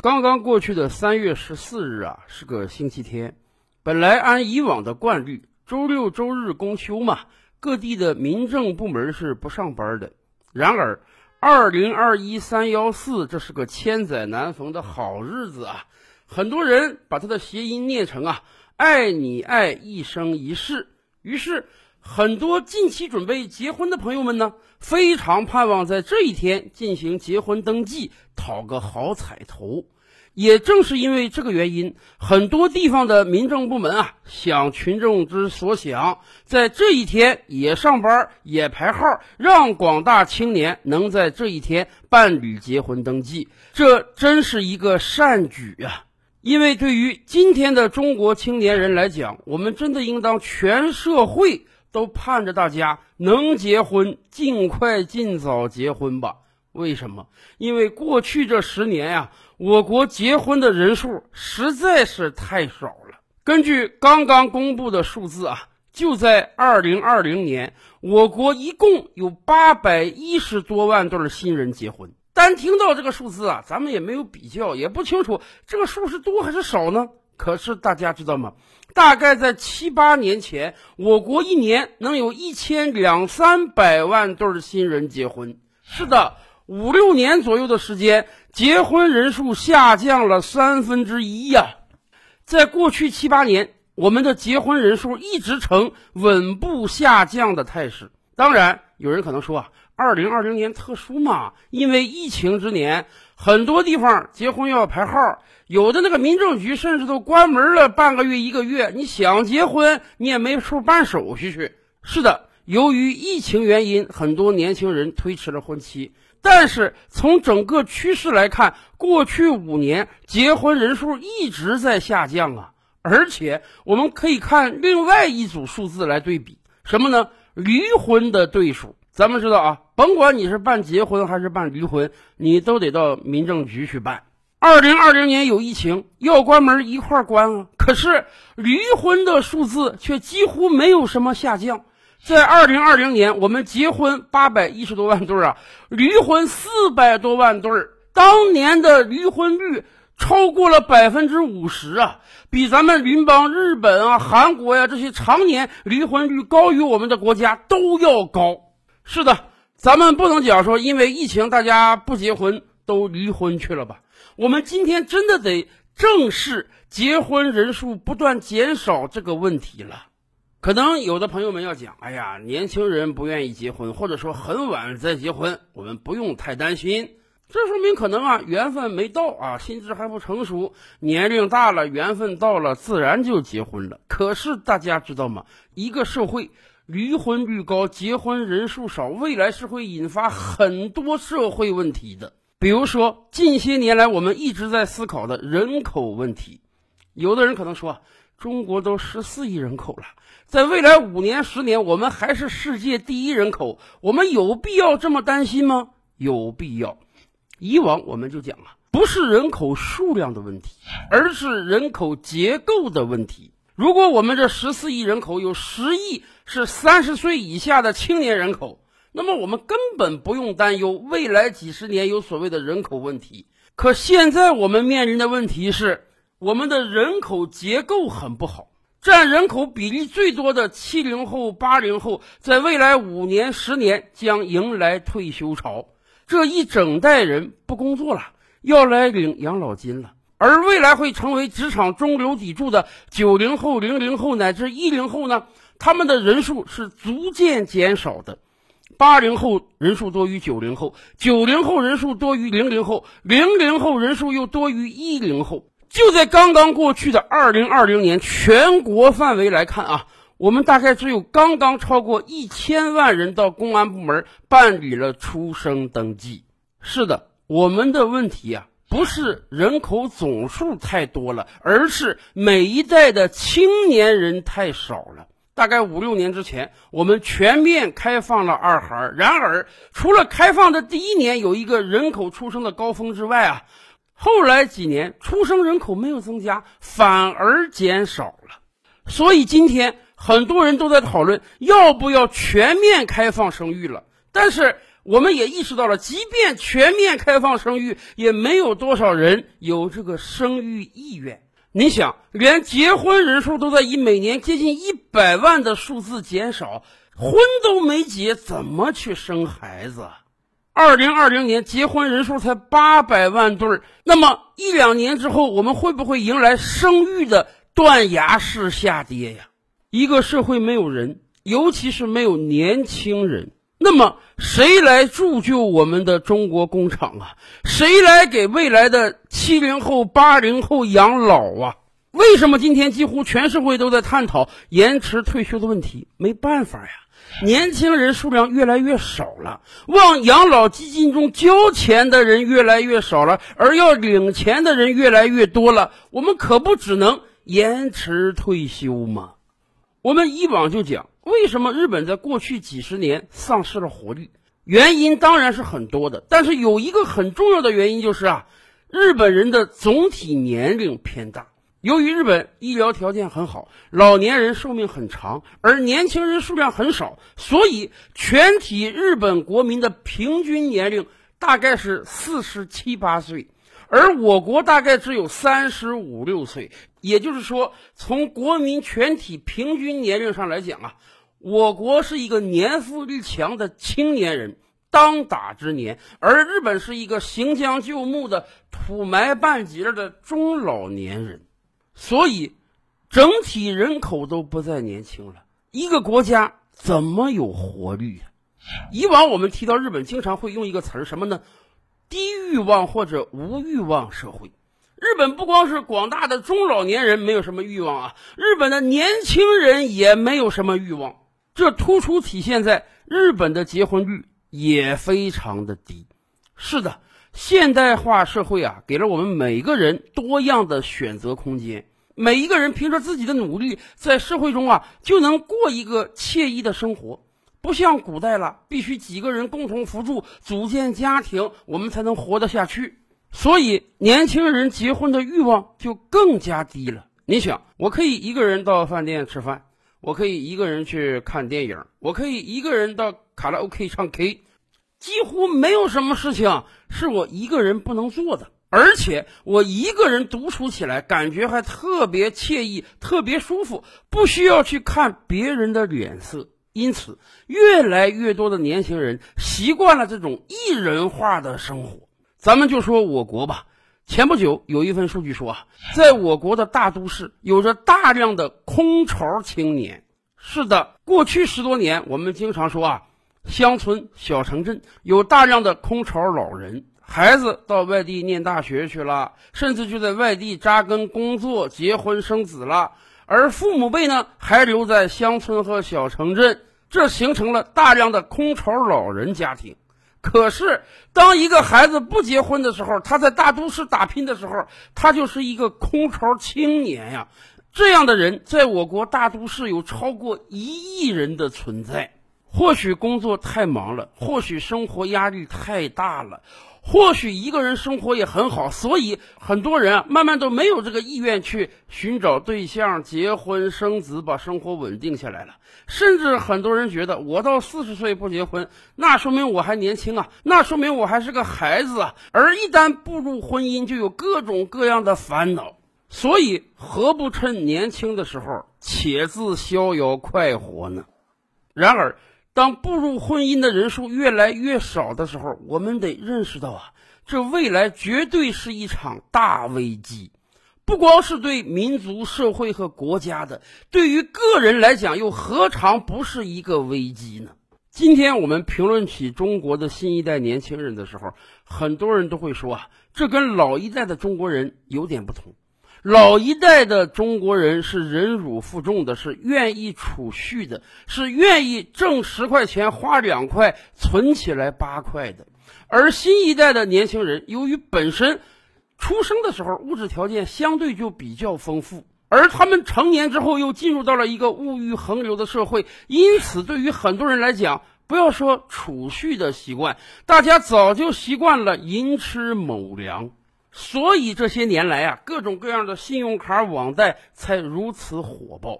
刚刚过去的3月14日啊，是个星期天。本来按以往的惯例，周六周日公休嘛，各地的民政部门是不上班的。然而2021 314这是个千载难逢的好日子啊，很多人把它的谐音念成爱你爱一生一世。于是很多近期准备结婚的朋友们呢，非常盼望在这一天进行结婚登记，讨个好彩头。也正是因为这个原因，很多地方的民政部门想群众之所想，在这一天也上班也排号，让广大青年能在这一天办理结婚登记。这真是一个善举啊！因为对于今天的中国青年人来讲，我们真的应当全社会都盼着大家能结婚，尽快尽早结婚吧。为什么？因为过去这10年我国结婚的人数实在是太少了。根据刚刚公布的数字就在2020年，我国一共有810多万对新人结婚。单听到这个数字咱们也没有比较，也不清楚这个数是多还是少呢。可是大家知道吗？大概在7、8年前，我国一年能有1200、300万对新人结婚。是的，5、6年左右的时间，结婚人数下降了1/3呀。在过去7、8年，我们的结婚人数一直呈稳步下降的态势。当然，有人可能说2020年特殊嘛，因为疫情之年，很多地方结婚要排号，有的那个民政局甚至都关门了半个月、1个月，你想结婚你也没处办手续去。是的，由于疫情原因，很多年轻人推迟了婚期。但是从整个趋势来看，过去5年结婚人数一直在下降而且我们可以看另外一组数字来对比，什么呢？离婚的对数。咱们知道甭管你是办结婚还是办离婚，你都得到民政局去办。2020年有疫情，要关门一块关可是离婚的数字却几乎没有什么下降。在2020年，我们结婚810多万对离婚400多万对，当年的离婚率超过了50%比咱们邻邦日本韩国这些常年离婚率高于我们的国家都要高。是的，咱们不能讲说因为疫情大家不结婚都离婚去了吧。我们今天真的得正视结婚人数不断减少这个问题了。可能有的朋友们要讲，年轻人不愿意结婚，或者说很晚再结婚，我们不用太担心。这说明可能缘分没到心智还不成熟，年龄大了，缘分到了，自然就结婚了。可是大家知道吗？一个社会离婚率高，结婚人数少，未来是会引发很多社会问题的。比如说近些年来我们一直在思考的人口问题。有的人可能说中国都14亿人口了，在未来5年、10年，我们还是世界第1人口，我们有必要这么担心吗？有必要。以往我们就讲不是人口数量的问题，而是人口结构的问题。如果我们这14亿人口有10亿是30岁以下的青年人口，那么我们根本不用担忧未来几十年有所谓的人口问题。可现在我们面临的问题是，我们的人口结构很不好，占人口比例最多的70后、80后，在未来5年、10年将迎来退休潮。这一整代人不工作了，要来领养老金了。而未来会成为职场中流砥柱的90后、00后乃至10后呢，他们的人数是逐渐减少的。80后人数多于90后，90后人数多于00后，00后人数又多于10后。就在刚刚过去的2020年，全国范围来看我们大概只有刚刚超过1000万人到公安部门办理了出生登记。是的，我们的问题不是人口总数太多了，而是每一代的青年人太少了。大概5、6年之前，我们全面开放了2孩，然而除了开放的第1年有一个人口出生的高峰之外后来几年出生人口没有增加，反而减少了。所以今天很多人都在讨论要不要全面开放生育了。但是我们也意识到了，即便全面开放生育，也没有多少人有这个生育意愿。你想，连结婚人数都在以每年接近100万的数字减少，婚都没结，怎么去生孩子？2020年结婚人数才800万对，那么1-2年之后，我们会不会迎来生育的断崖式下跌呀？一个社会没有人，尤其是没有年轻人，那么谁来铸就我们的中国工厂啊？谁来给未来的70后、80后养老啊？为什么今天几乎全社会都在探讨延迟退休的问题？没办法呀，年轻人数量越来越少了，往养老基金中交钱的人越来越少了，而要领钱的人越来越多了，我们可不只能延迟退休吗？我们以往就讲，为什么日本在过去几十年丧失了活力？原因当然是很多的，但是有一个很重要的原因就是日本人的总体年龄偏大。由于日本医疗条件很好，老年人寿命很长，而年轻人数量很少，所以全体日本国民的平均年龄大概是47、8岁，而我国大概只有35、6岁。也就是说，从国民全体平均年龄上来讲我国是一个年富力强的青年人当打之年，而日本是一个行将就木的土埋半截的中老年人。所以整体人口都不再年轻了，一个国家怎么有活力以往我们提到日本经常会用一个词儿，什么呢？低欲望或者无欲望社会。日本不光是广大的中老年人没有什么欲望日本的年轻人也没有什么欲望，这突出体现在日本的结婚率也非常的低。是的，现代化社会给了我们每个人多样的选择空间，每一个人凭着自己的努力，在社会中就能过一个惬意的生活。不像古代了，必须几个人共同扶助，组建家庭，我们才能活得下去。所以年轻人结婚的欲望就更加低了。你想，我可以一个人到饭店吃饭，我可以一个人去看电影，我可以一个人到卡拉 OK 唱 K， 几乎没有什么事情是我一个人不能做的。而且我一个人独处起来感觉还特别惬意，特别舒服，不需要去看别人的脸色。因此越来越多的年轻人习惯了这种一人化的生活。咱们就说我国吧，前不久有一份数据说在我国的大都市有着大量的空巢青年。是的，过去10多年我们经常说乡村小城镇有大量的空巢老人，孩子到外地念大学去了，甚至就在外地扎根工作，结婚生子了，而父母辈呢还留在乡村和小城镇，这形成了大量的空巢老人家庭。可是当一个孩子不结婚的时候，他在大都市打拼的时候，他就是一个空巢青年呀。这样的人在我国大都市有超过1亿人的存在。或许工作太忙了，或许生活压力太大了，或许一个人生活也很好，所以很多人慢慢都没有这个意愿去寻找对象，结婚生子，把生活稳定下来了。甚至很多人觉得，我到40岁不结婚，那说明我还年轻那说明我还是个孩子而一旦步入婚姻，就有各种各样的烦恼。所以何不趁年轻的时候，且自逍遥快活呢？然而当步入婚姻的人数越来越少的时候，我们得认识到这未来绝对是一场大危机。不光是对民族、社会和国家的，对于个人来讲又何尝不是一个危机呢？今天我们评论起中国的新一代年轻人的时候，很多人都会说这跟老一代的中国人有点不同。老一代的中国人是忍辱负重的，是愿意储蓄的，是愿意挣10块钱花2块，存起来8块的。而新一代的年轻人由于本身出生的时候物质条件相对就比较丰富，而他们成年之后又进入到了一个物欲横流的社会，因此对于很多人来讲，不要说储蓄的习惯，大家早就习惯了寅吃卯粮。所以这些年来各种各样的信用卡网贷才如此火爆。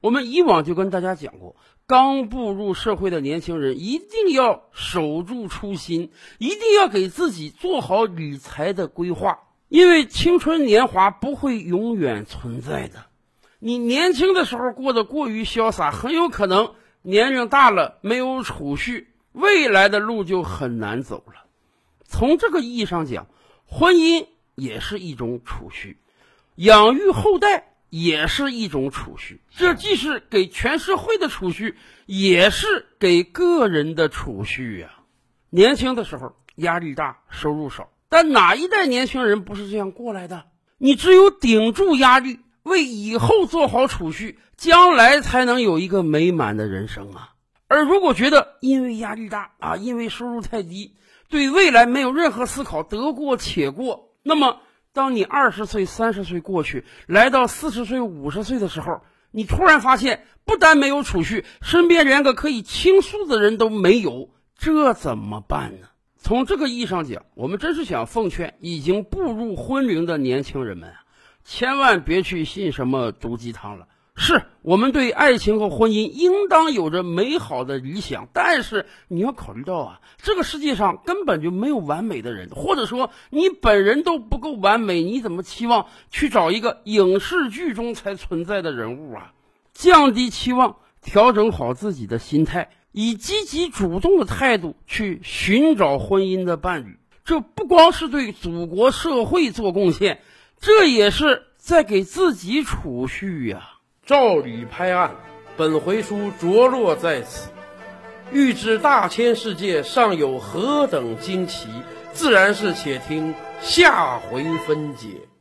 我们以往就跟大家讲过，刚步入社会的年轻人一定要守住初心，一定要给自己做好理财的规划，因为青春年华不会永远存在的。你年轻的时候过得过于潇洒，很有可能年龄大了没有储蓄，未来的路就很难走了。从这个意义上讲，婚姻也是一种储蓄，养育后代也是一种储蓄，这既是给全社会的储蓄，也是给个人的储蓄呀。年轻的时候压力大，收入少，但哪一代年轻人不是这样过来的？你只有顶住压力，为以后做好储蓄，将来才能有一个美满的人生啊。而如果觉得因为压力大啊，因为收入太低，对未来没有任何思考，得过且过，那么当你20岁、30岁过去，来到40岁、50岁的时候，你突然发现不但没有储蓄，身边连个可以倾诉的人都没有，这怎么办呢？从这个意义上讲，我们真是想奉劝已经步入婚龄的年轻人们啊，千万别去信什么毒鸡汤了。是我们对爱情和婚姻应当有着美好的理想，但是你要考虑到啊，这个世界上根本就没有完美的人，或者说你本人都不够完美，你怎么期望去找一个影视剧中才存在的人物啊？降低期望，调整好自己的心态，以积极主动的态度去寻找婚姻的伴侣，这不光是对祖国社会做贡献，这也是在给自己储蓄呀。 照吕拍案，本回书着落在此。欲知大千世界尚有何等惊奇，自然是且听下回分解。